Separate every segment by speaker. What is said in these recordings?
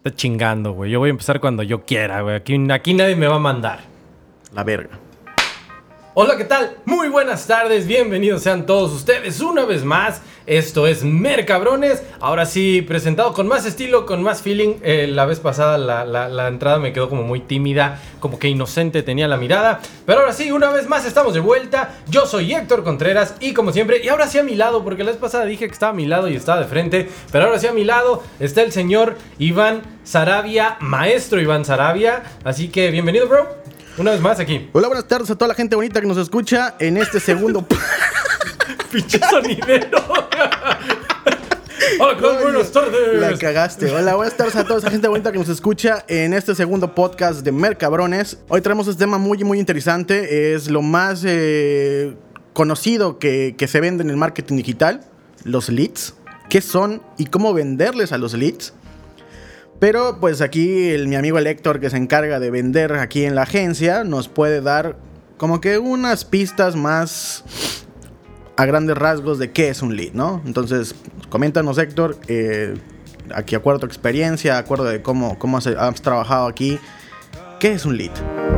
Speaker 1: Está chingando, güey. Yo voy a empezar cuando yo quiera, güey. Aquí nadie me va a mandar.
Speaker 2: La verga.
Speaker 1: Hola, ¿qué tal? Muy buenas tardes, bienvenidos sean todos ustedes una vez más. Esto es Mercabrones. Ahora sí, presentado con más estilo, con más feeling. La vez pasada la entrada me quedó como muy tímida, como que inocente tenía la mirada. Pero ahora sí, una vez más estamos de vuelta. Yo soy Héctor Contreras y como siempre, y ahora sí a mi lado, porque la vez pasada dije que estaba a mi lado y estaba de frente. Pero ahora sí a mi lado está el señor Iván Sarabia, maestro Iván Sarabia. Así que bienvenido, bro. Una vez más aquí.
Speaker 2: Hola, buenas tardes a toda la gente bonita que nos escucha en este segundo...
Speaker 1: Pinche sonidero. Hola, buenas tardes.
Speaker 2: La cagaste. Hola, buenas tardes a toda esa gente bonita que nos escucha en este segundo podcast de Mercabrones. Hoy traemos este tema muy, muy interesante. Es lo más conocido que se vende en el marketing digital. Los leads. ¿Qué son y cómo venderles a los leads? Pero pues aquí mi amigo el Héctor, que se encarga de vender aquí en la agencia, nos puede dar como que unas pistas más a grandes rasgos de qué es un lead, ¿no? Entonces, coméntanos, Héctor, aquí acuerdo a tu experiencia, acuerdo de cómo has trabajado aquí, ¿qué es un lead?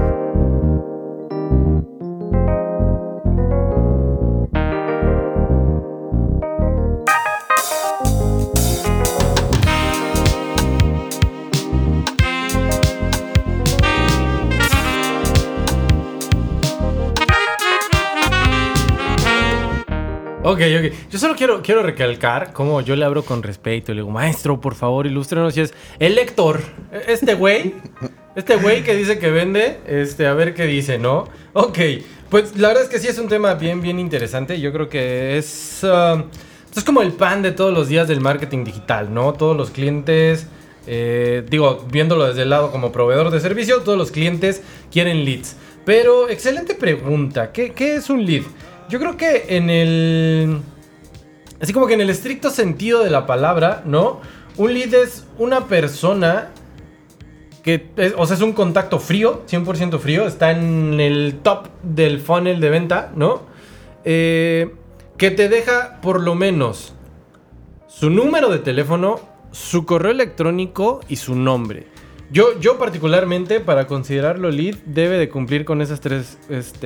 Speaker 1: Ok. Yo solo quiero recalcar cómo yo le abro con respeto y le digo, maestro, por favor, ilústrenos. Si es el Héctor, este güey que dice que vende, a ver qué dice, ¿no? Ok, pues la verdad es que sí es un tema bien interesante. Yo creo que es como el pan de todos los días del marketing digital, ¿no? Todos los clientes, viéndolo desde el lado como proveedor de servicio, todos los clientes quieren leads. Pero, excelente pregunta, ¿qué es un lead? Yo creo que así como que en el estricto sentido de la palabra, ¿no? Un lead es una persona que, es un contacto frío, 100% frío, está en el top del funnel de venta, ¿no? Que te deja por lo menos su número de teléfono, su correo electrónico y su nombre. Yo particularmente, para considerarlo lead, debe de cumplir con esas tres,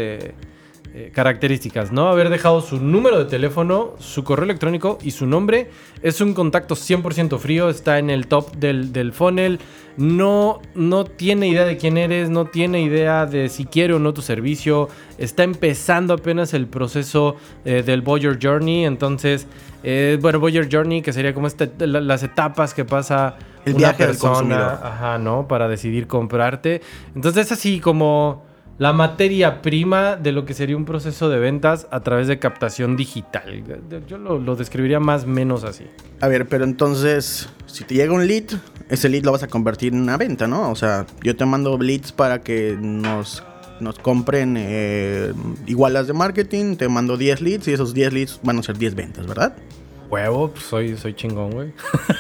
Speaker 1: características, ¿no? Haber dejado su número de teléfono, su correo electrónico y su nombre. Es un contacto 100% frío, está en el top del funnel. No tiene idea de quién eres, no tiene idea de si quiere o no tu servicio. Está empezando apenas el proceso del Buyer Journey. Entonces, Buyer Journey, que sería como las etapas que pasa
Speaker 2: el
Speaker 1: una
Speaker 2: viaje
Speaker 1: persona,
Speaker 2: del consumidor.
Speaker 1: ajá, ¿no? Para decidir comprarte. Entonces, es así como la materia prima de lo que sería un proceso de ventas a través de captación digital. Yo lo describiría más o menos así.
Speaker 2: A ver, pero entonces, si te llega un lead, ese lead lo vas a convertir en una venta, ¿no? O sea, yo te mando leads para que nos compren igualas de marketing, te mando 10 leads y esos 10 leads van a ser 10 ventas, ¿verdad?
Speaker 1: Huevo, pues soy chingón, güey.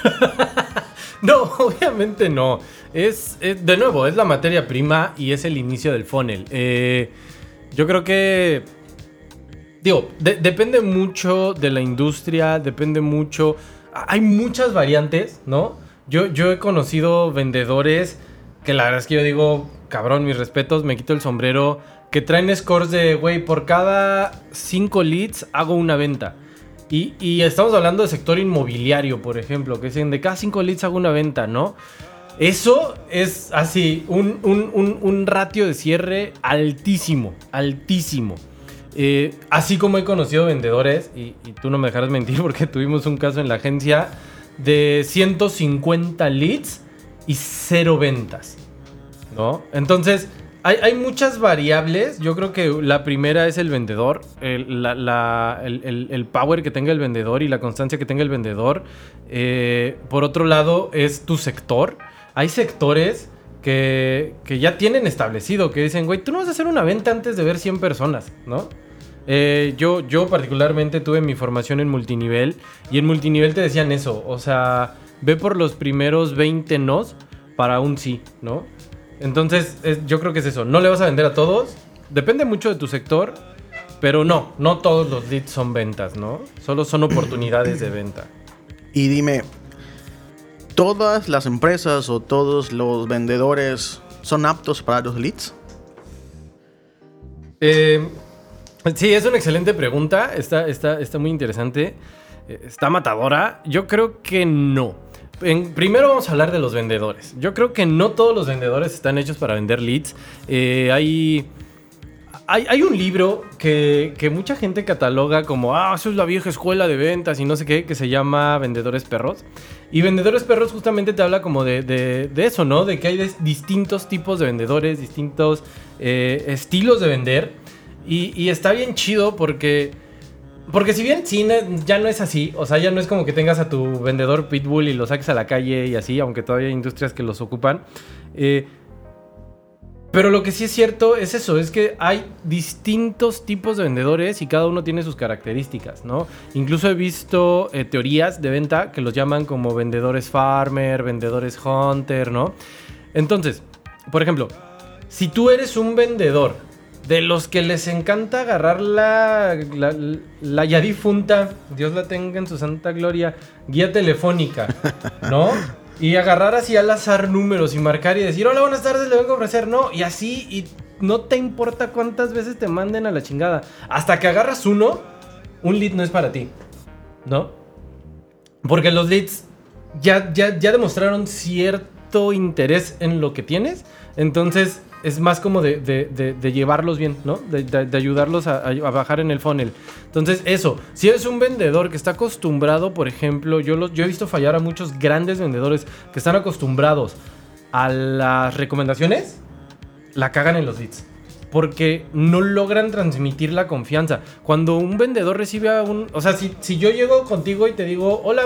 Speaker 1: No, obviamente no. De nuevo, es la materia prima y es el inicio del funnel. Yo creo que... depende mucho de la industria, depende mucho... Hay muchas variantes, ¿no? Yo he conocido vendedores que la verdad es que yo digo, cabrón, mis respetos, me quito el sombrero, que traen scores de, güey, por cada 5 leads hago una venta. Y estamos hablando de sector inmobiliario, por ejemplo, que dicen de cada 5 leads hago una venta, ¿no? Eso es así, un ratio de cierre altísimo. Así como he conocido vendedores, y tú no me dejarás mentir porque tuvimos un caso en la agencia de 150 leads y 0 ventas, ¿no? Entonces, hay muchas variables. Yo creo que la primera es el vendedor, el power que tenga el vendedor y la constancia que tenga el vendedor. Por otro lado, es tu sector. Hay sectores que ya tienen establecido, que dicen, güey, tú no vas a hacer una venta antes de ver 100 personas, ¿no? Yo particularmente tuve mi formación en multinivel y en multinivel te decían eso, o sea, ve por los primeros 20 nos para un sí, ¿no? Entonces, yo creo que es eso. No le vas a vender a todos. Depende mucho de tu sector. Pero no todos los leads son ventas, ¿no? Solo son oportunidades de venta.
Speaker 2: Y dime, ¿todas las empresas o todos los vendedores son aptos para los leads?
Speaker 1: Sí, es una excelente pregunta. Está muy interesante. Está matadora. Yo creo que no. Primero vamos a hablar de los vendedores. Yo creo que no todos los vendedores están hechos para vender leads. Hay un libro que mucha gente cataloga como eso es la vieja escuela de ventas y no sé qué, que se llama Vendedores Perros. Y Vendedores Perros justamente te habla como de eso, ¿no? De que hay distintos tipos de vendedores, distintos estilos de vender. Y está bien chido porque si bien ya no es así, o sea, ya no es como que tengas a tu vendedor pitbull y lo saques a la calle y así, aunque todavía hay industrias que los ocupan. Pero lo que sí es cierto es eso, es que hay distintos tipos de vendedores y cada uno tiene sus características, ¿no? Incluso he visto teorías de venta que los llaman como vendedores farmer, vendedores hunter, ¿no? Entonces, por ejemplo, si tú eres un vendedor de los que les encanta agarrar la ya difunta, Dios la tenga en su santa gloria, guía telefónica, ¿no? Y agarrar así al azar números y marcar y decir, hola, buenas tardes, le vengo a ofrecer, no, y así, y no te importa cuántas veces te manden a la chingada. Hasta que agarras uno, un lead no es para ti, ¿no? Porque los leads ya demostraron cierto interés en lo que tienes, entonces es más como de llevarlos bien, ¿no? De ayudarlos a bajar en el funnel. Entonces, eso. Si eres un vendedor que está acostumbrado, por ejemplo, yo he visto fallar a muchos grandes vendedores que están acostumbrados a las recomendaciones, la cagan en los leads. Porque no logran transmitir la confianza. Cuando un vendedor recibe a un... O sea, si yo llego contigo y te digo, hola,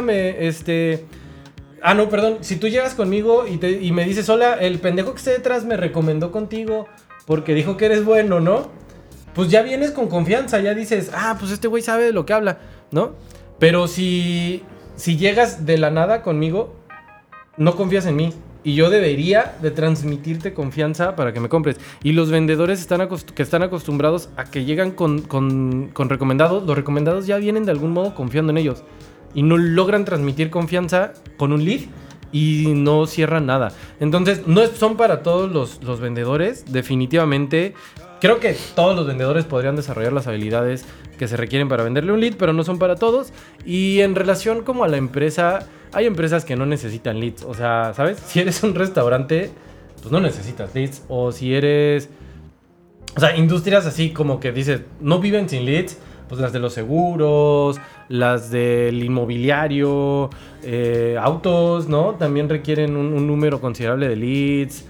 Speaker 1: no, perdón. Si tú llegas conmigo y me dices, hola, el pendejo que está detrás me recomendó contigo porque dijo que eres bueno, ¿no? Pues ya vienes con confianza, ya dices, pues este güey sabe de lo que habla, ¿no? Pero si llegas de la nada conmigo, no confías en mí. Y yo debería de transmitirte confianza para que me compres. Y los vendedores que están acostumbrados a que llegan con recomendados, los recomendados ya vienen de algún modo confiando en ellos. Y no logran transmitir confianza con un lead y no cierran nada. Entonces, no son para todos los vendedores, definitivamente. Creo que todos los vendedores podrían desarrollar las habilidades que se requieren para venderle un lead, pero no son para todos. Y en relación como a la empresa, hay empresas que no necesitan leads. O sea, ¿sabes? Si eres un restaurante, pues no necesitas leads. O si eres... O sea, industrias así como que dices, no viven sin leads. Pues las de los seguros, las del inmobiliario, autos, ¿no? También requieren un número considerable de leads,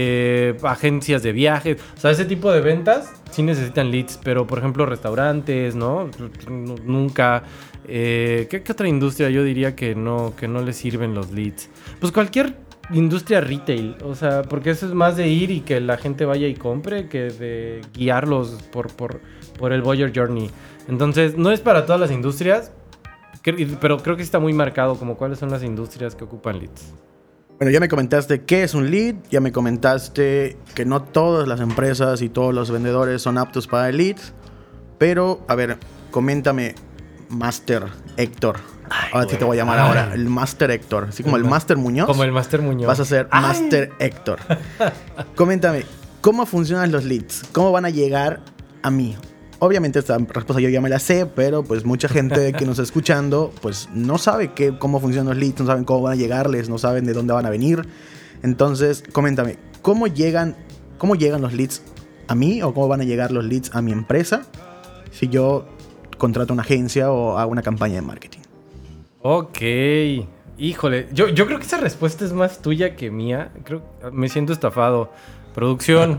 Speaker 1: agencias de viajes. O sea, ese tipo de ventas sí necesitan leads, pero por ejemplo restaurantes, ¿no? Nunca. ¿Qué otra industria yo diría que no les sirven los leads? Pues cualquier industria retail, o sea, porque eso es más de ir y que la gente vaya y compre que de guiarlos por el Buyer Journey. Entonces, no es para todas las industrias, pero creo que está muy marcado como cuáles son las industrias que ocupan leads.
Speaker 2: Bueno, ya me comentaste qué es un lead, ya me comentaste que no todas las empresas y todos los vendedores son aptos para el lead, pero, a ver, coméntame, Master Héctor. Ahora sí te voy a llamar ahora, el Master Héctor, así como el Master Muñoz.
Speaker 1: Como el Master Muñoz.
Speaker 2: Vas a ser Master Héctor. Coméntame, ¿cómo funcionan los leads? ¿Cómo van a llegar a mí? Obviamente esta respuesta yo ya me la sé, pero pues mucha gente que nos está escuchando pues no sabe cómo funcionan los leads, no saben cómo van a llegarles, no saben de dónde van a venir. Entonces, coméntame, ¿cómo llegan los leads a mí o cómo van a llegar los leads a mi empresa si yo contrato una agencia o hago una campaña de marketing?
Speaker 1: Ok, híjole, yo creo que esa respuesta es más tuya que mía. Me siento estafado. Producción,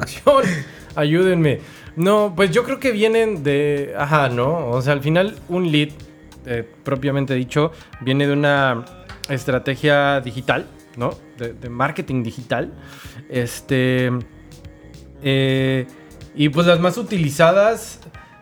Speaker 1: ayúdenme. No, pues yo creo que vienen de... ¿no? O sea, al final un lead, propiamente dicho, viene de una estrategia digital, ¿no? De marketing digital. Y pues las más utilizadas...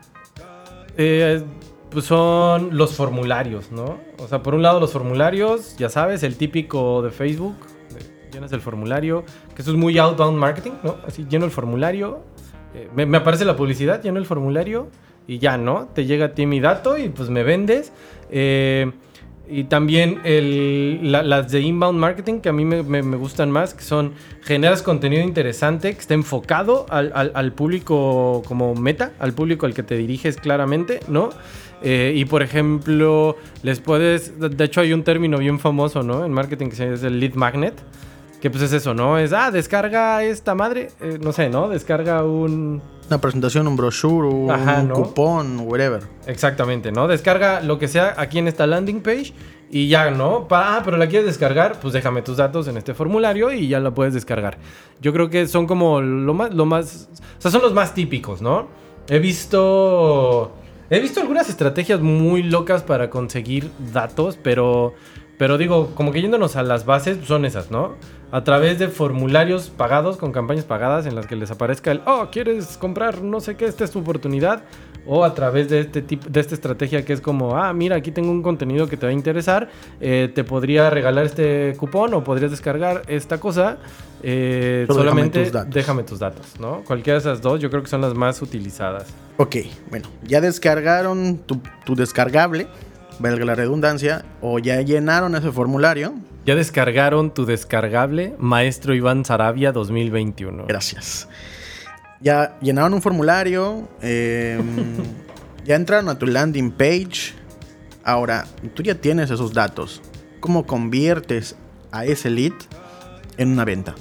Speaker 1: pues son los formularios, ¿no? O sea, por un lado los formularios, ya sabes, el típico de Facebook, llenas el formulario, que eso es muy outbound marketing, ¿no? Así lleno el formulario, me aparece la publicidad, lleno el formulario y ya, ¿no? Te llega a ti mi dato y pues me vendes. Y también las de inbound marketing, que a mí me gustan más, que son generas contenido interesante, que está enfocado al público como meta, al público al que te diriges claramente, ¿no? Y por ejemplo, de hecho hay un término bien famoso, ¿no? En marketing que es el lead magnet, que pues es eso, ¿no? Descarga esta madre, no sé, ¿no? Descarga
Speaker 2: una presentación, un brochure, un cupón, whatever.
Speaker 1: Exactamente, ¿no? Descarga lo que sea aquí en esta landing page y ya, ¿no? Pero la quieres descargar, pues déjame tus datos en este formulario y ya la puedes descargar. Yo creo que son como lo más, o sea, son los más típicos, ¿no? He visto algunas estrategias muy locas para conseguir datos, pero digo, como que yéndonos a las bases, son esas, ¿no? A través de formularios pagados, con campañas pagadas en las que les aparezca ¿quieres comprar no sé qué? Esta es tu oportunidad. O a través de esta estrategia que es como, mira, aquí tengo un contenido que te va a interesar, te podría regalar este cupón o podrías descargar esta cosa, solamente déjame tus datos, ¿no? Cualquiera de esas dos yo creo que son las más utilizadas.
Speaker 2: Ok, bueno, ya descargaron tu descargable, valga la redundancia, o ya llenaron ese formulario.
Speaker 1: Ya descargaron tu descargable, Maestro Iván Sarabia 2021.
Speaker 2: Gracias. Ya llenaron un formulario, ya entraron a tu landing page. Ahora, tú ya tienes esos datos. ¿Cómo conviertes a ese lead en una venta?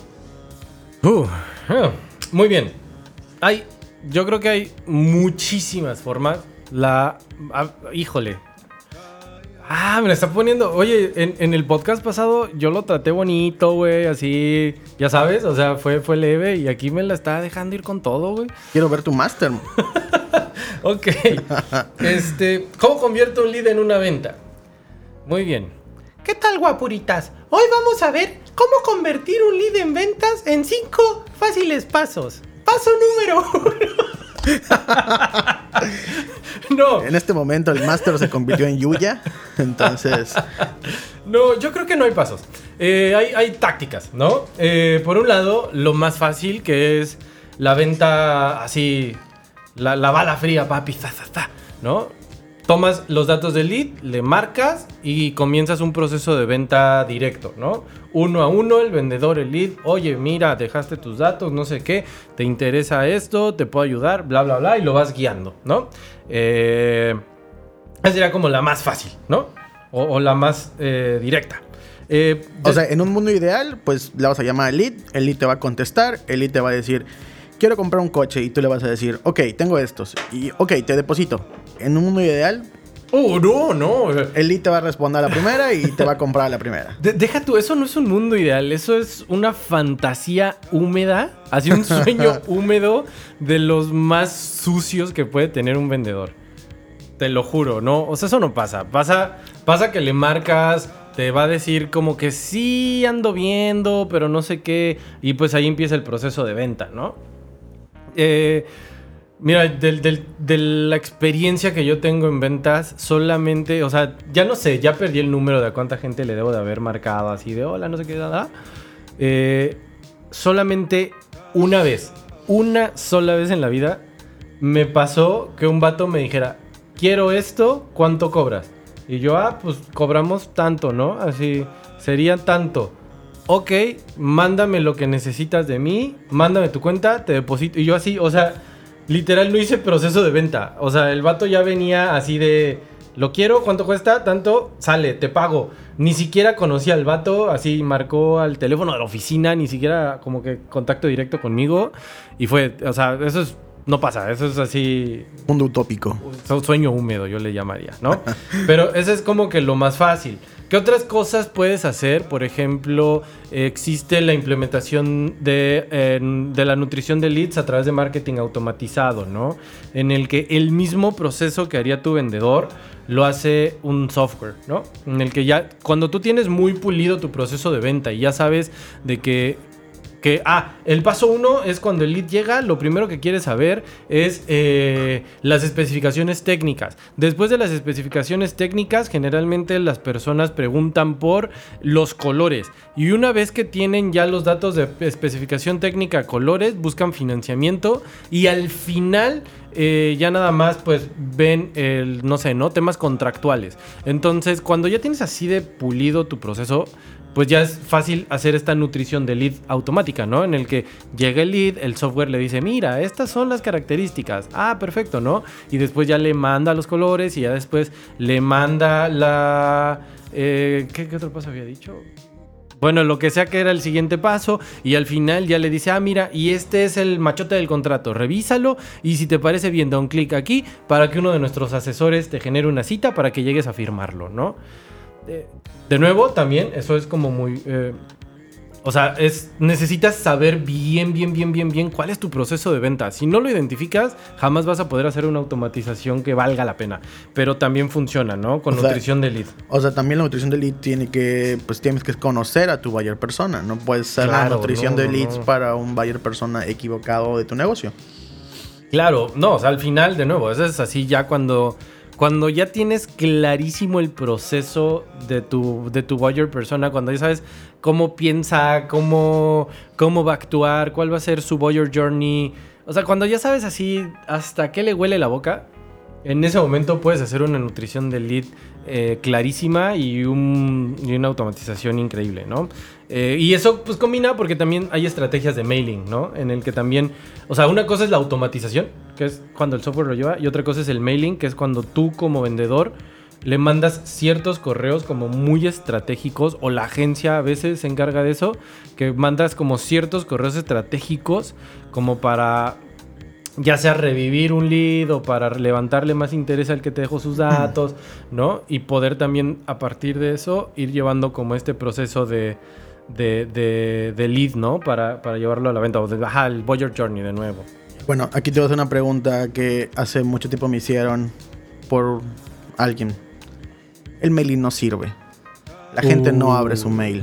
Speaker 1: Muy bien. Yo creo que hay muchísimas formas. Híjole. Me la está poniendo. Oye, en el podcast pasado yo lo traté bonito, güey, así, ya sabes, o sea, fue leve y aquí me la está dejando ir con todo, güey.
Speaker 2: Quiero ver tu máster.
Speaker 1: Ok. ¿Cómo convierto un lead en una venta? Muy bien. ¿Qué tal, guapuritas? Hoy vamos a ver cómo convertir un lead en ventas en 5 fáciles pasos. Paso número 1. No.
Speaker 2: En este momento el máster se convirtió en Yuya. Entonces.
Speaker 1: No, yo creo que no hay pasos. Hay tácticas, ¿no? Por un lado, lo más fácil, que es la venta así, la bala fría, papi, ¿no? Tomas los datos del lead, le marcas y comienzas un proceso de venta directo, ¿no? 1 a 1, el vendedor, el lead. Oye, mira, dejaste tus datos, no sé qué. ¿Te interesa esto? ¿Te puedo ayudar? Bla, bla, bla. Y lo vas guiando, ¿no? Esa sería como la más fácil, ¿no? O la más directa.
Speaker 2: O sea, en un mundo ideal, pues le vas a llamar al lead. El lead te va a contestar. El lead te va a decir, quiero comprar un coche. Y tú le vas a decir, ok, tengo estos. Y ok, te deposito. En un mundo ideal,
Speaker 1: no.
Speaker 2: el lead te va a responder a la primera y te va a comprar a la primera.
Speaker 1: Deja tú, eso no es un mundo ideal. Eso es una fantasía húmeda. Así un sueño húmedo de los más sucios que puede tener un vendedor. Te lo juro, ¿no? O sea, eso no pasa. Pasa que le marcas, te va a decir como que sí ando viendo, pero no sé qué. Y pues ahí empieza el proceso de venta, ¿no? Mira, de la experiencia que yo tengo en ventas, solamente, o sea, ya no sé, ya perdí el número de a cuánta gente le debo de haber marcado así de hola, no sé qué, nada. Solamente una sola vez en la vida, me pasó que un vato me dijera, quiero esto, ¿cuánto cobras? Y yo, pues cobramos tanto, ¿no? Así, sería tanto. Ok, mándame lo que necesitas de mí, mándame tu cuenta, te deposito. Y yo así, o sea, literal no hice proceso de venta. O sea, el vato ya venía así de, lo quiero, ¿cuánto cuesta? Tanto, sale, te pago. Ni siquiera conocía al vato, así marcó al teléfono de la oficina, ni siquiera como que contacto directo conmigo. Y fue, o sea, eso es, no pasa, eso es así...
Speaker 2: Mundo utópico.
Speaker 1: Sueño húmedo, yo le llamaría, ¿no? Pero eso es como que lo más fácil. ¿Qué otras cosas puedes hacer? Por ejemplo, existe la implementación de la nutrición de leads a través de marketing automatizado, ¿no? En el que el mismo proceso que haría tu vendedor lo hace un software, ¿no? En el que ya, cuando tú tienes muy pulido tu proceso de venta y ya sabes de que el paso 1 es cuando el lead llega, lo primero que quieres saber es las especificaciones técnicas. Después de las especificaciones técnicas, generalmente las personas preguntan por los colores. Y una vez que tienen ya los datos de especificación técnica, colores, buscan financiamiento y al final ya nada más pues ven no sé, ¿no? Temas contractuales. Entonces, cuando ya tienes así de pulido tu proceso, pues ya es fácil hacer esta nutrición de lead automática, ¿no? En el que llega el lead, el software le dice, mira, estas son las características. Ah, perfecto, ¿no? Y después ya le manda los colores y ya después le manda la... ¿qué otro paso había dicho? Bueno, lo que sea que era el siguiente paso, y al final ya le dice, mira, y este es el machote del contrato, revísalo, y si te parece bien, da un clic aquí para que uno de nuestros asesores te genere una cita para que llegues a firmarlo, ¿no? De nuevo, también, eso es como muy... o sea, necesitas saber bien cuál es tu proceso de venta. Si no lo identificas, jamás vas a poder hacer una automatización que valga la pena. Pero también funciona, ¿no? Con nutrición de lead.
Speaker 2: O sea, también la nutrición de lead tienes que conocer a tu buyer persona. No puedes hacer la nutrición de leads para un buyer persona equivocado de tu negocio.
Speaker 1: Claro, no, o sea, al final, de nuevo, eso es así ya cuando ya tienes clarísimo el proceso de tu buyer persona, cuando ya sabes cómo piensa, cómo va a actuar, cuál va a ser su buyer journey. O sea, cuando ya sabes así hasta qué le huele la boca, en ese momento puedes hacer una nutrición de lead clarísima y una automatización increíble, ¿no? Y eso pues combina porque también hay estrategias de mailing, ¿no? En el que también, o sea, una cosa es la automatización, que es cuando el software lo lleva, y otra cosa es el mailing, que es cuando tú como vendedor le mandas ciertos correos como muy estratégicos, o la agencia a veces se encarga de eso, que mandas como ciertos correos estratégicos como para... ya sea revivir un lead o para levantarle más interés al que te dejó sus datos, ¿no? Y poder también, a partir de eso, ir llevando como este proceso de lead, ¿no? Para llevarlo a la venta. O el buyer journey de nuevo.
Speaker 2: Bueno, aquí te voy a hacer una pregunta que hace mucho tiempo me hicieron por alguien. El mailing no sirve. La gente no abre su mail.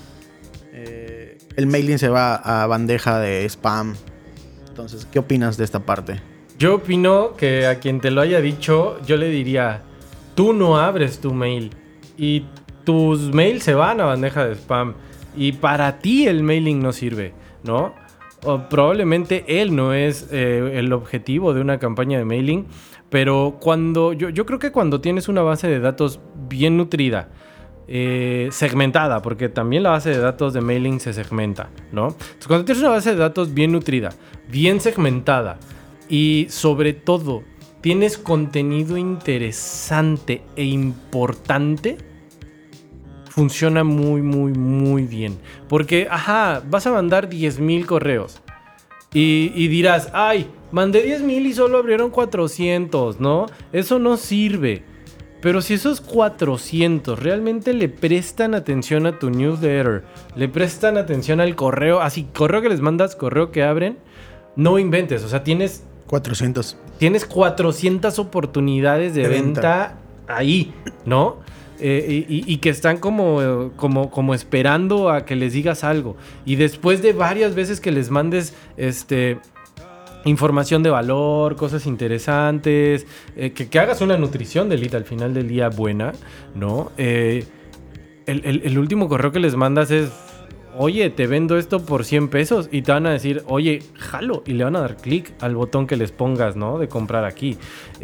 Speaker 2: El mailing se va a bandeja de spam. Entonces, ¿qué opinas de esta parte?
Speaker 1: Yo opino que a quien te lo haya dicho, yo le diría, tú no abres tu mail y tus mails se van a bandeja de spam y para ti el mailing no sirve, ¿no? O probablemente él no es el objetivo de una campaña de mailing, pero yo creo que cuando tienes una base de datos bien nutrida, segmentada, porque también la base de datos de mailing se segmenta, ¿no? Entonces, cuando tienes una base de datos bien nutrida, bien segmentada y sobre todo tienes contenido interesante e importante, funciona muy bien. Porque, vas a mandar 10,000 correos y dirás, ay, mandé 10,000 y solo abrieron 400, ¿no? Eso no sirve. Pero si esos 400 realmente le prestan atención a tu newsletter, le prestan atención al correo, así, correo que les mandas, correo que abren, no inventes. O sea, tienes
Speaker 2: 400.
Speaker 1: Tienes 400 oportunidades de venta ahí, ¿no? Y que están como esperando a que les digas algo. Y después de varias veces que les mandes información de valor, cosas interesantes, que hagas una nutrición de lead al final del día buena, ¿no? El último correo que les mandas es, oye, te vendo esto por 100 pesos y te van a decir, oye, jalo, y le van a dar clic al botón que les pongas, ¿no? De comprar aquí.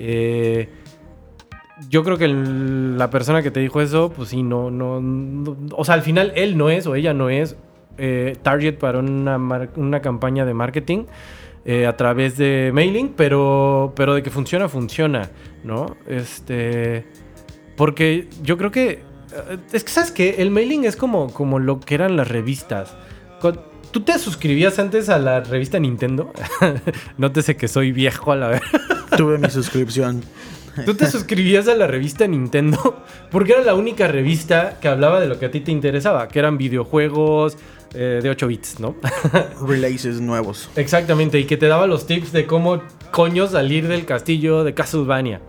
Speaker 1: Yo creo que la persona que te dijo eso, pues sí, no, o sea, al final él no es o ella no es target para una campaña de marketing a través de mailing, pero de que funciona, ¿no? Porque yo creo que es que, ¿sabes qué? El mailing es como lo que eran las revistas. ¿Tú te suscribías antes a la revista Nintendo? Nótese que soy viejo a la vez.
Speaker 2: Tuve mi suscripción.
Speaker 1: ¿Tú te suscribías a la revista Nintendo? Porque era la única revista que hablaba de lo que a ti te interesaba, que eran videojuegos de 8 bits, ¿no?
Speaker 2: Releases nuevos.
Speaker 1: Exactamente, y que te daba los tips de cómo coño salir del castillo de Castlevania.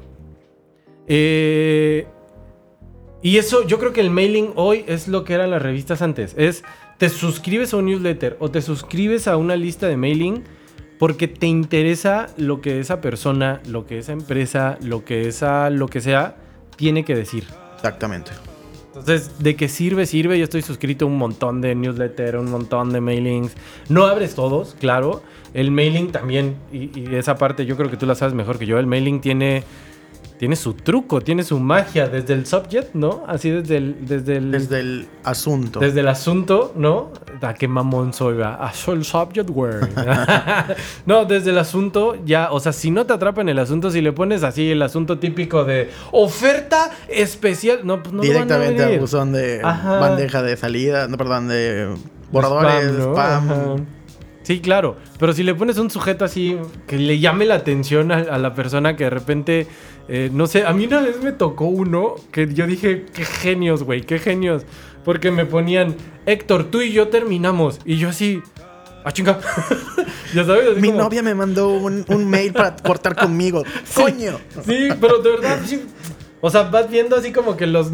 Speaker 1: Y eso, yo creo que el mailing hoy es lo que eran las revistas antes. Te suscribes a un newsletter o te suscribes a una lista de mailing porque te interesa lo que esa persona, lo que esa empresa, lo que sea, tiene que decir.
Speaker 2: Exactamente.
Speaker 1: Entonces, de que sirve. Yo estoy suscrito a un montón de newsletter, un montón de mailings. No abres todos, claro. El mailing también, y esa parte yo creo que tú la sabes mejor que yo. El mailing tiene su truco, tiene su magia desde el subject, ¿no? Así desde el
Speaker 2: asunto.
Speaker 1: Desde el asunto, ¿no? Qué mamón soy, ¿verdad? Soy el subject, güey. No, desde el asunto ya, o sea, si no te atrapa en el asunto, si le pones así el asunto típico de oferta especial, no, pues no
Speaker 2: directamente
Speaker 1: lo van a
Speaker 2: al buzón de bandeja de salida, no, perdón, de borradores,
Speaker 1: spam, ¿no?
Speaker 2: spam.
Speaker 1: Sí, claro, pero si le pones un sujeto así que le llame la atención a la persona que de repente, no sé, a mí una vez me tocó uno que yo dije, qué genios, güey, qué genios, porque me ponían, Héctor, tú y yo terminamos, y yo así, chinga, ya sabes. Así
Speaker 2: Mi
Speaker 1: como...
Speaker 2: novia me mandó un mail para cortar conmigo,
Speaker 1: sí,
Speaker 2: coño.
Speaker 1: Sí, pero de verdad, sí, o sea, vas viendo así como que los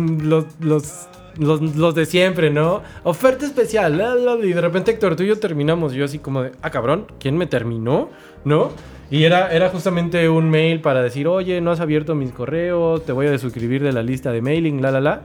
Speaker 1: de siempre, ¿no? Oferta especial, y de repente Héctor, tú y yo terminamos. Y yo así como de, cabrón, ¿quién me terminó? ¿No? Y era justamente un mail para decir, oye, no has abierto mis correos, te voy a desuscribir de la lista de mailing,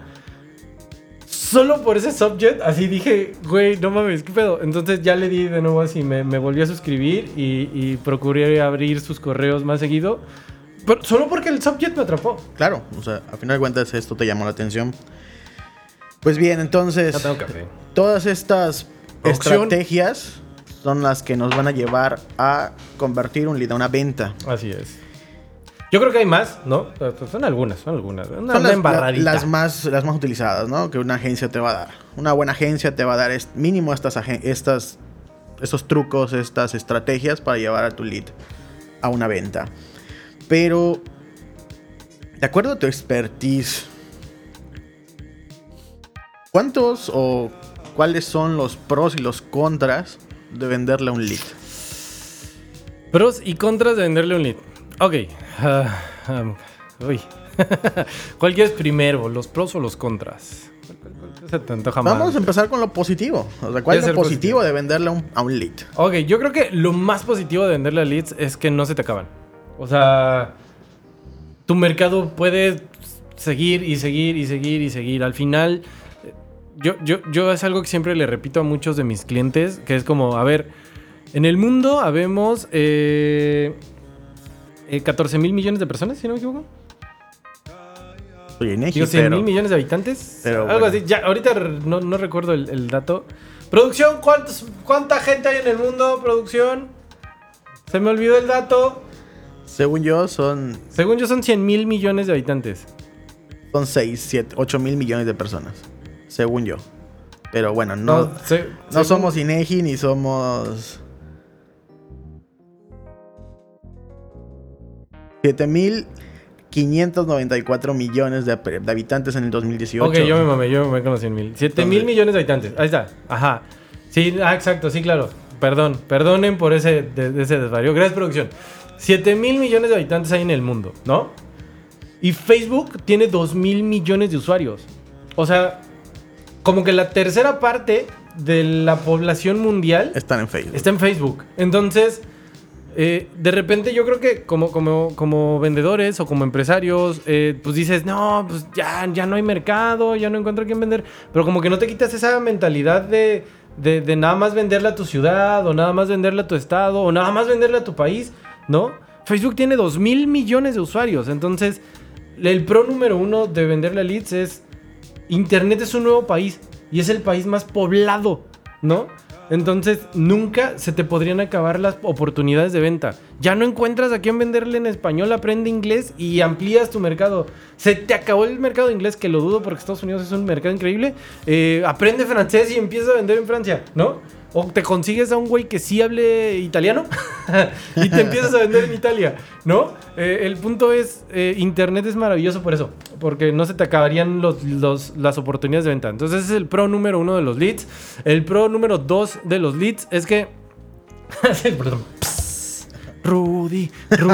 Speaker 1: Solo por ese subject, así dije, güey, no mames, ¿qué pedo? Entonces ya le di de nuevo así, me volví a suscribir y procuré abrir sus correos más seguido. Pero solo porque el subject me atrapó.
Speaker 2: Claro, o sea, a final de cuentas esto te llamó la atención. Pues bien, entonces,
Speaker 1: No tengo café.
Speaker 2: Todas estas estrategias son las que nos van a llevar a convertir un lead a una venta.
Speaker 1: Así es. Yo creo que hay más, ¿no? Son algunas. Una
Speaker 2: Son
Speaker 1: embarradita.
Speaker 2: las más utilizadas, ¿no? Que una agencia te va a dar. Una buena agencia te va a dar mínimo estos trucos, estas estrategias para llevar a tu lead a una venta. Pero, de acuerdo a tu expertise, ¿cuántos o cuáles son los pros y los contras de venderle a un lead?
Speaker 1: Pros y contras de venderle un lead. Ok. ¿Cuál quieres primero? ¿Los pros o los contras? ¿Cuál se te antoja más?
Speaker 2: Vamos a empezar con lo positivo. O sea, ¿cuál es lo positivo de venderle a un lead?
Speaker 1: Ok, yo creo que lo más positivo de venderle a leads es que no se te acaban. O sea, tu mercado puede seguir y seguir y seguir y seguir. Al final... Yo es algo que siempre le repito a muchos de mis clientes, que es como, a ver, en el mundo habemos 14,000 millones de personas, si no me equivoco.
Speaker 2: Oye, Neji,
Speaker 1: 100,000 millones de habitantes. Algo bueno. Así. Ya, ahorita no recuerdo el dato. Producción, ¿cuánta gente hay en el mundo? Producción. Se me olvidó el dato.
Speaker 2: Según yo son
Speaker 1: 100,000 millones de habitantes.
Speaker 2: Son 6, 7, 8 mil millones de personas. Según yo. Pero bueno, no somos INEGI ni somos 7,594 millones de habitantes en el 2018.
Speaker 1: Ok, yo me mamé con los 100,000. 7,000 millones de habitantes. Ahí está. Ajá. Sí, exacto, sí, claro. Perdonen por ese desvarío. Gracias, producción. 7,000 millones de habitantes hay en el mundo, ¿no? Y Facebook tiene 2,000 millones de usuarios. O sea, como que la tercera parte de la población mundial
Speaker 2: está en Facebook.
Speaker 1: Está en Facebook. Entonces, de repente yo creo que como vendedores o como empresarios, pues dices, no, pues ya no hay mercado, ya no encuentro a quién vender. Pero como que no te quitas esa mentalidad de nada más venderle a tu ciudad, o nada más venderle a tu estado, o nada más venderle a tu país, ¿no? Facebook tiene 2,000 millones de usuarios. Entonces, el pro número 1 de venderle a leads es: Internet es un nuevo país y es el país más poblado, ¿no? Entonces nunca se te podrían acabar las oportunidades de venta. Ya no encuentras a quién venderle en español, aprende inglés y amplías tu mercado. Se te acabó el mercado de inglés, que lo dudo porque Estados Unidos es un mercado increíble. Aprende francés y empieza a vender en Francia, ¿no? O te consigues a un güey que sí hable italiano y te empiezas a vender en Italia, ¿no? El punto es, Internet es maravilloso por eso, porque no se te acabarían las oportunidades de venta. Entonces ese es el pro número 1 de los leads. El pro número 2 de los leads es que... Perdón. Rudy.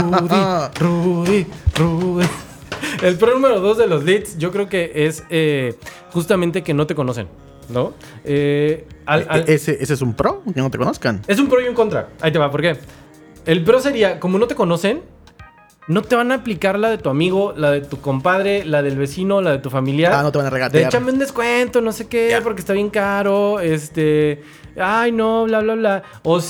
Speaker 1: El pro número 2 de los leads yo creo que es justamente que no te conocen, ¿no?
Speaker 2: ¿Ese es un pro? Que no te conozcan.
Speaker 1: Es un pro y un contra. Ahí te va, ¿por qué? El pro sería, como no te conocen, no te van a aplicar la de tu amigo, la de tu compadre, la del vecino, la de tu familiar.
Speaker 2: Ah, no te van a regatear.
Speaker 1: Échame un descuento, no sé qué, porque está bien caro, ay, no, bla, bla, bla.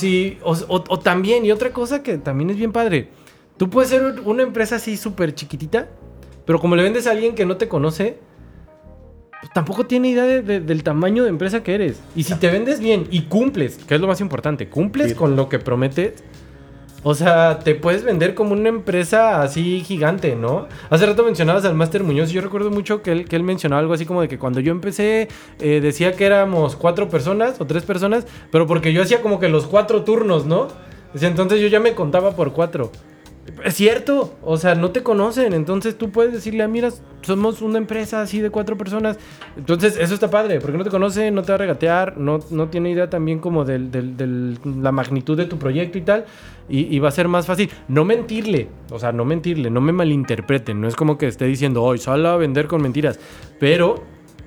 Speaker 1: O también, y otra cosa que también es bien padre. Tú puedes ser una empresa así súper chiquitita, pero como le vendes a alguien que no te conoce, pues tampoco tiene idea del tamaño de empresa que eres. Y si te vendes bien y cumples, que es lo más importante, cumples con lo que prometes, o sea, te puedes vender como una empresa así gigante, ¿no? Hace rato mencionabas al Máster Muñoz y yo recuerdo mucho que él mencionaba algo así como de que cuando yo empecé decía que éramos 4 personas o 3 personas, pero porque yo hacía como que los 4 turnos, ¿no? Decía, entonces yo ya me contaba por 4. Es cierto, o sea, no te conocen, entonces tú puedes decirle, mira, somos una empresa así de 4 personas, entonces eso está padre, porque no te conoce, no te va a regatear, no tiene idea también como de la magnitud de tu proyecto y tal, y va a ser más fácil. No mentirle, no me malinterpreten, no es como que esté diciendo, hoy sal a vender con mentiras, pero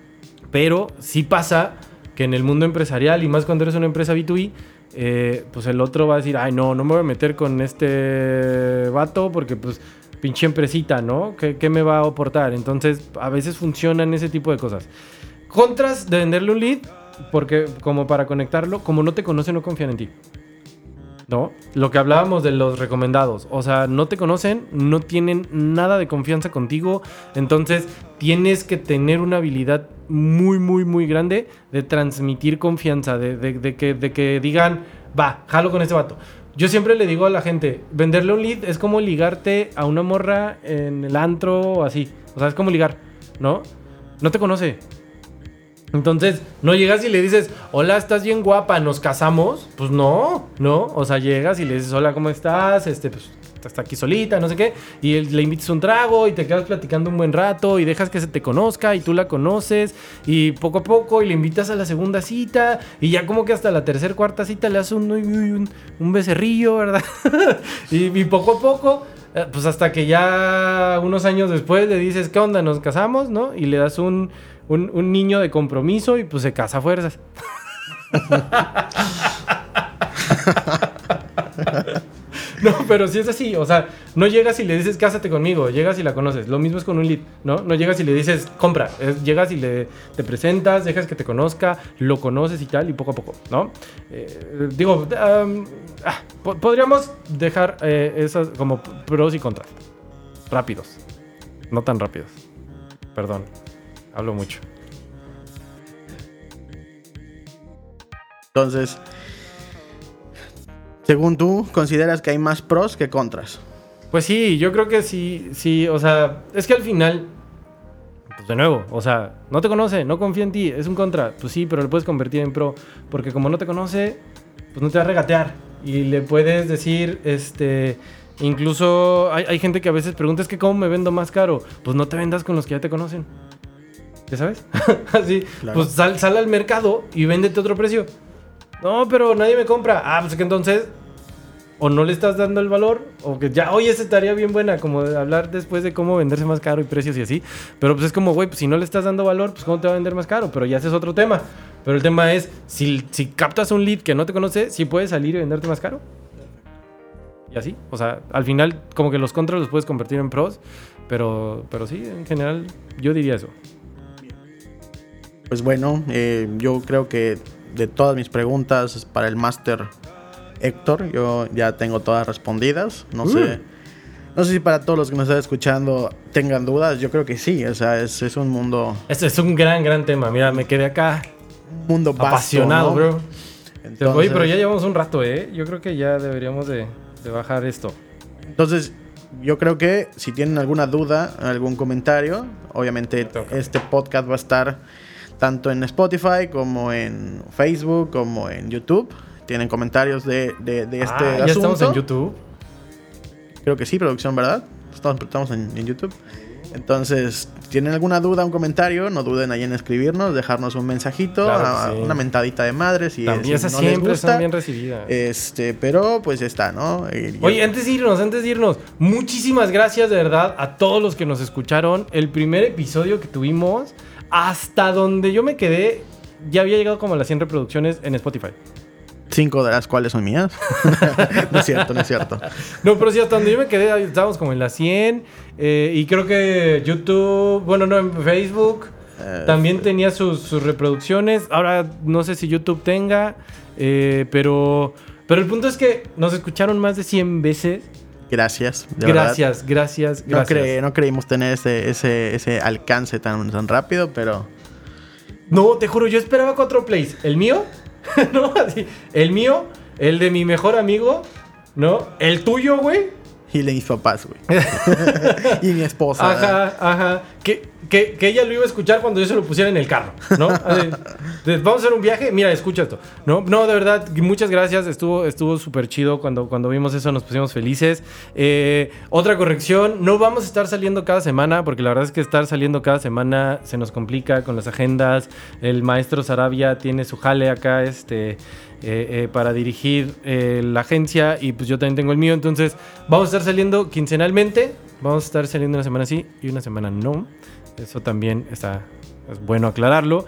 Speaker 1: sí pasa que en el mundo empresarial, y más cuando eres una empresa B2B, pues el otro va a decir, ay, no me voy a meter con este vato porque pues pinche empresita, ¿no? ¿Qué me va a aportar? Entonces a veces funcionan ese tipo de cosas. Contras de venderle un lead, porque como para conectarlo, como no te conocen, no confían en ti, ¿no? Lo que hablábamos de los recomendados, o sea, no te conocen, no tienen nada de confianza contigo, entonces tienes que tener una habilidad muy, muy, muy grande de transmitir confianza, de que digan, va, jalo con este vato. Yo siempre le digo a la gente, venderle un lead es como ligarte a una morra en el antro o así, o sea, es como ligar, ¿no? No te conoce. Entonces, no llegas y le dices, hola, estás bien guapa, ¿nos casamos? Pues no, o sea, llegas y le dices, hola, ¿cómo estás? Pues está aquí solita, no sé qué, y le invitas un trago y te quedas platicando un buen rato y dejas que se te conozca y tú la conoces y poco a poco y le invitas a la segunda cita y ya como que hasta la tercera, cuarta cita le haces un becerrillo, ¿verdad? y poco a poco, pues hasta que ya unos años después le dices, ¿qué onda? ¿Nos casamos? ¿No? Y le das un niño de compromiso y pues se casa a fuerzas. No, pero si es así, o sea, no llegas y le dices cásate conmigo, llegas y la conoces. Lo mismo es con un lead, ¿no? No llegas y le dices compra, llegas y te presentas, dejas que te conozca, lo conoces y tal, y poco a poco, ¿no? Podríamos dejar esas como pros y contras. Rápidos, no tan rápidos. Perdón, hablo mucho.
Speaker 2: Entonces, según tú, ¿consideras que hay más pros que contras?
Speaker 1: Pues sí, yo creo que sí, o sea, es que al final, pues de nuevo, o sea, no te conoce, no confía en ti, es un contra, pues sí, pero lo puedes convertir en pro, porque como no te conoce, pues no te va a regatear, y le puedes decir, incluso hay gente que a veces pregunta, es que ¿cómo me vendo más caro? Pues no te vendas con los que ya te conocen, ¿ya sabes? Así, claro. Pues sal al mercado y véndete otro precio. No, pero nadie me compra. Ah, pues que entonces o no le estás dando el valor, o que ya, oye, esa estaría bien buena, como de hablar después de cómo venderse más caro y precios y así. Pero pues es como, güey, pues si no le estás dando valor, pues cómo te va a vender más caro. Pero ya ese es otro tema. Pero el tema es, si captas un lead que no te conoce, sí puedes salir y venderte más caro. Y así, o sea, al final como que los contras los puedes convertir en pros, pero sí, en general yo diría eso.
Speaker 2: Pues bueno, yo creo que de todas mis preguntas para el Máster Héctor, yo ya tengo todas respondidas. No sé si para todos los que nos están escuchando tengan dudas. Yo creo que sí, o sea, es un mundo...
Speaker 1: Es un gran tema. Mira, me quedé acá
Speaker 2: un mundo vasto,
Speaker 1: apasionado, ¿no? Bro.
Speaker 2: Entonces,
Speaker 1: oye, pero ya llevamos un rato, ¿eh? Yo creo que ya deberíamos de bajar esto.
Speaker 2: Entonces, yo creo que si tienen alguna duda, algún comentario, obviamente este podcast va a estar tanto en Spotify como en Facebook como en YouTube. Tienen comentarios de este asunto.
Speaker 1: ¿Ya estamos en YouTube?
Speaker 2: Creo que sí, producción, ¿verdad? Estamos en YouTube. Entonces, si tienen alguna duda, un comentario, no duden ahí en escribirnos, dejarnos un mensajito,
Speaker 1: claro, sí.
Speaker 2: Una mentadita de madre si
Speaker 1: esas
Speaker 2: no
Speaker 1: siempre
Speaker 2: les gusta.
Speaker 1: son bien recibidas.
Speaker 2: Pero pues está, ¿no?
Speaker 1: Oye, antes de irnos, muchísimas gracias de verdad a todos los que nos escucharon. El primer episodio que tuvimos, hasta donde yo me quedé, ya había llegado como a las 100 reproducciones en Spotify.
Speaker 2: 5 de las cuales son mías. No es cierto, no es cierto.
Speaker 1: No, pero sí, hasta donde yo me quedé, ahí estábamos como en las 100. Y creo que YouTube, bueno, no, en Facebook también tenía sus reproducciones. Ahora no sé si YouTube tenga, pero el punto es que nos escucharon más de 100 veces.
Speaker 2: Gracias.
Speaker 1: Gracias.
Speaker 2: No creímos tener ese alcance tan rápido, pero...
Speaker 1: No, te juro, yo esperaba 4 plays. ¿El mío? ¿No? Así. El mío, el de mi mejor amigo, ¿no? El tuyo, güey.
Speaker 2: Y el de mis papás, güey. Y mi esposa.
Speaker 1: Ajá. Que ella lo iba a escuchar cuando yo se lo pusiera en el carro, ¿no? Así, vamos a hacer un viaje, mira, escucha esto. No, de verdad, muchas gracias. Estuvo súper chido cuando vimos eso, nos pusimos felices. Otra corrección, no vamos a estar saliendo cada semana, porque la verdad es que estar saliendo cada semana se nos complica con las agendas. El maestro Sarabia tiene su jale acá, para dirigir la agencia, y pues yo también tengo el mío. Entonces vamos a estar saliendo quincenalmente. Vamos a estar saliendo una semana sí y una semana no. Eso también es bueno aclararlo.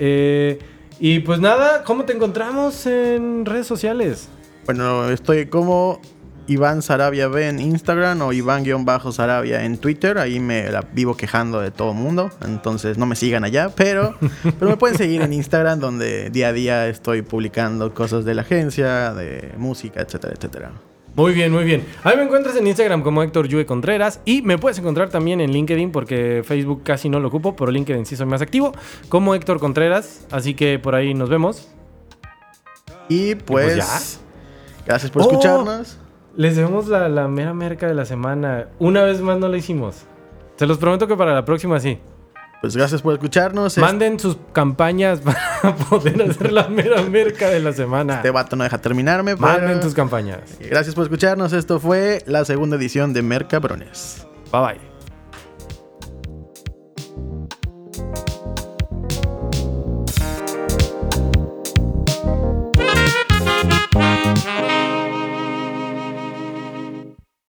Speaker 1: Y pues nada, ¿cómo te encontramos en redes sociales?
Speaker 2: Bueno, estoy como Iván Sarabia B en Instagram o Iván-Sarabia en Twitter. Ahí me la vivo quejando de todo el mundo. Entonces no me sigan allá, pero me pueden seguir en Instagram, donde día a día estoy publicando cosas de la agencia, de música, etcétera, etcétera.
Speaker 1: Muy bien. A mí me encuentras en Instagram como Héctor Yue Contreras, y me puedes encontrar también en LinkedIn, porque Facebook casi no lo ocupo, pero LinkedIn sí soy más activo, como Héctor Contreras. Así que por ahí nos vemos.
Speaker 2: Y pues ya. Gracias por escucharnos.
Speaker 1: Les debemos la mera merca de la semana. Una vez más no la hicimos. Se los prometo que para la próxima sí.
Speaker 2: Pues gracias por escucharnos.
Speaker 1: Manden sus campañas para poder hacer la mera merca de la semana.
Speaker 2: Este vato no deja terminarme.
Speaker 1: Manden tus campañas.
Speaker 2: Gracias por escucharnos. Esto fue la segunda edición de Mercabrones.
Speaker 1: Bye bye.